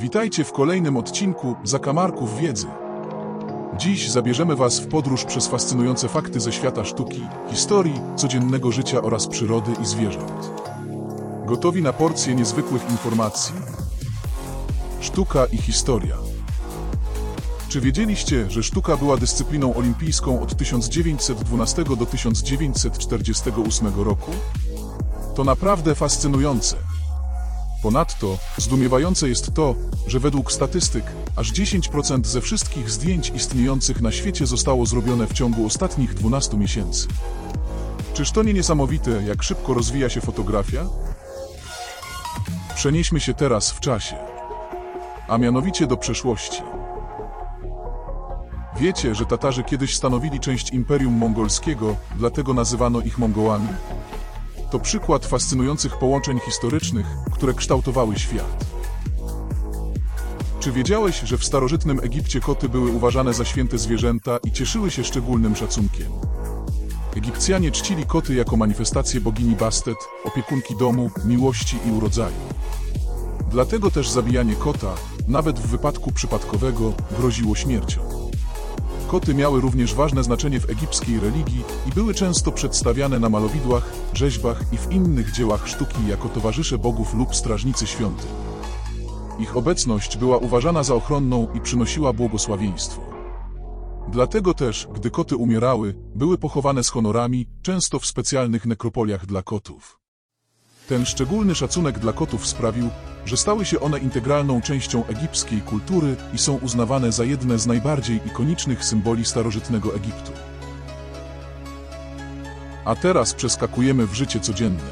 Witajcie w kolejnym odcinku Zakamarków Wiedzy. Dziś zabierzemy Was w podróż przez fascynujące fakty ze świata sztuki, historii, codziennego życia oraz przyrody i zwierząt. Gotowi na porcję niezwykłych informacji? Sztuka i historia. Czy wiedzieliście, że sztuka była dyscypliną olimpijską od 1912 do 1948 roku? To naprawdę fascynujące. Ponadto zdumiewające jest to, że według statystyk aż 10% ze wszystkich zdjęć istniejących na świecie zostało zrobione w ciągu ostatnich 12 miesięcy. Czyż to nie niesamowite, jak szybko rozwija się fotografia? Przenieśmy się teraz w czasie, a mianowicie do przeszłości. Wiecie, że Tatarzy kiedyś stanowili część Imperium Mongolskiego, dlatego nazywano ich Mongołami? To przykład fascynujących połączeń historycznych, które kształtowały świat. Czy wiedziałeś, że w starożytnym Egipcie koty były uważane za święte zwierzęta i cieszyły się szczególnym szacunkiem? Egipcjanie czcili koty jako manifestację bogini Bastet, opiekunki domu, miłości i urodzaju. Dlatego też zabijanie kota, nawet w wypadku przypadkowego, groziło śmiercią. Koty miały również ważne znaczenie w egipskiej religii i były często przedstawiane na malowidłach, rzeźbach i w innych dziełach sztuki jako towarzysze bogów lub strażnicy świątyń. Ich obecność była uważana za ochronną i przynosiła błogosławieństwo. Dlatego też, gdy koty umierały, były pochowane z honorami, często w specjalnych nekropoliach dla kotów. Ten szczególny szacunek dla kotów sprawił, że stały się one integralną częścią egipskiej kultury i są uznawane za jedne z najbardziej ikonicznych symboli starożytnego Egiptu. A teraz przeskakujemy w życie codzienne.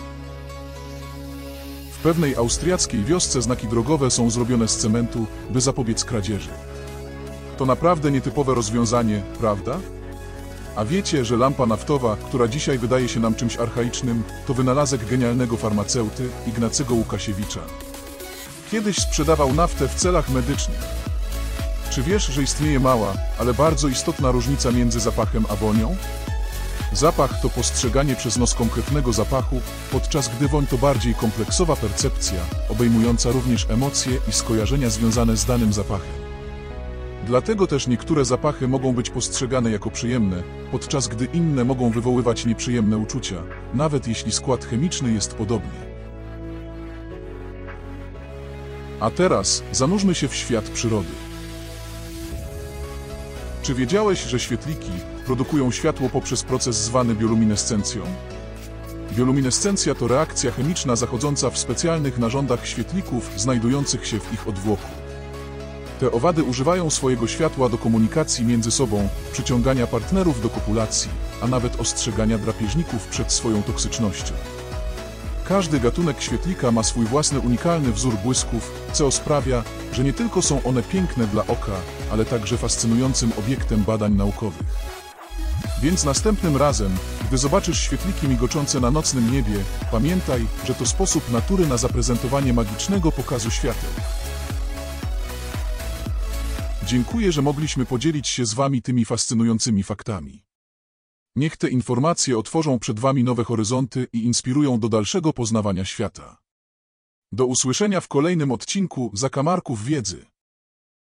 W pewnej austriackiej wiosce znaki drogowe są zrobione z cementu, by zapobiec kradzieży. To naprawdę nietypowe rozwiązanie, prawda? A wiecie, że lampa naftowa, która dzisiaj wydaje się nam czymś archaicznym, to wynalazek genialnego farmaceuty Ignacego Łukasiewicza. Kiedyś sprzedawał naftę w celach medycznych. Czy wiesz, że istnieje mała, ale bardzo istotna różnica między zapachem a wonią? Zapach to postrzeganie przez nos konkretnego zapachu, podczas gdy woń to bardziej kompleksowa percepcja, obejmująca również emocje i skojarzenia związane z danym zapachem. Dlatego też niektóre zapachy mogą być postrzegane jako przyjemne, podczas gdy inne mogą wywoływać nieprzyjemne uczucia, nawet jeśli skład chemiczny jest podobny. A teraz zanurzmy się w świat przyrody. Czy wiedziałeś, że świetliki produkują światło poprzez proces zwany bioluminescencją? Bioluminescencja to reakcja chemiczna zachodząca w specjalnych narządach świetlików znajdujących się w ich odwłoku. Te owady używają swojego światła do komunikacji między sobą, przyciągania partnerów do kopulacji, a nawet ostrzegania drapieżników przed swoją toksycznością. Każdy gatunek świetlika ma swój własny unikalny wzór błysków, co sprawia, że nie tylko są one piękne dla oka, ale także fascynującym obiektem badań naukowych. Więc następnym razem, gdy zobaczysz świetliki migoczące na nocnym niebie, pamiętaj, że to sposób natury na zaprezentowanie magicznego pokazu świateł. Dziękuję, że mogliśmy podzielić się z Wami tymi fascynującymi faktami. Niech te informacje otworzą przed Wami nowe horyzonty i inspirują do dalszego poznawania świata. Do usłyszenia w kolejnym odcinku Zakamarków Wiedzy.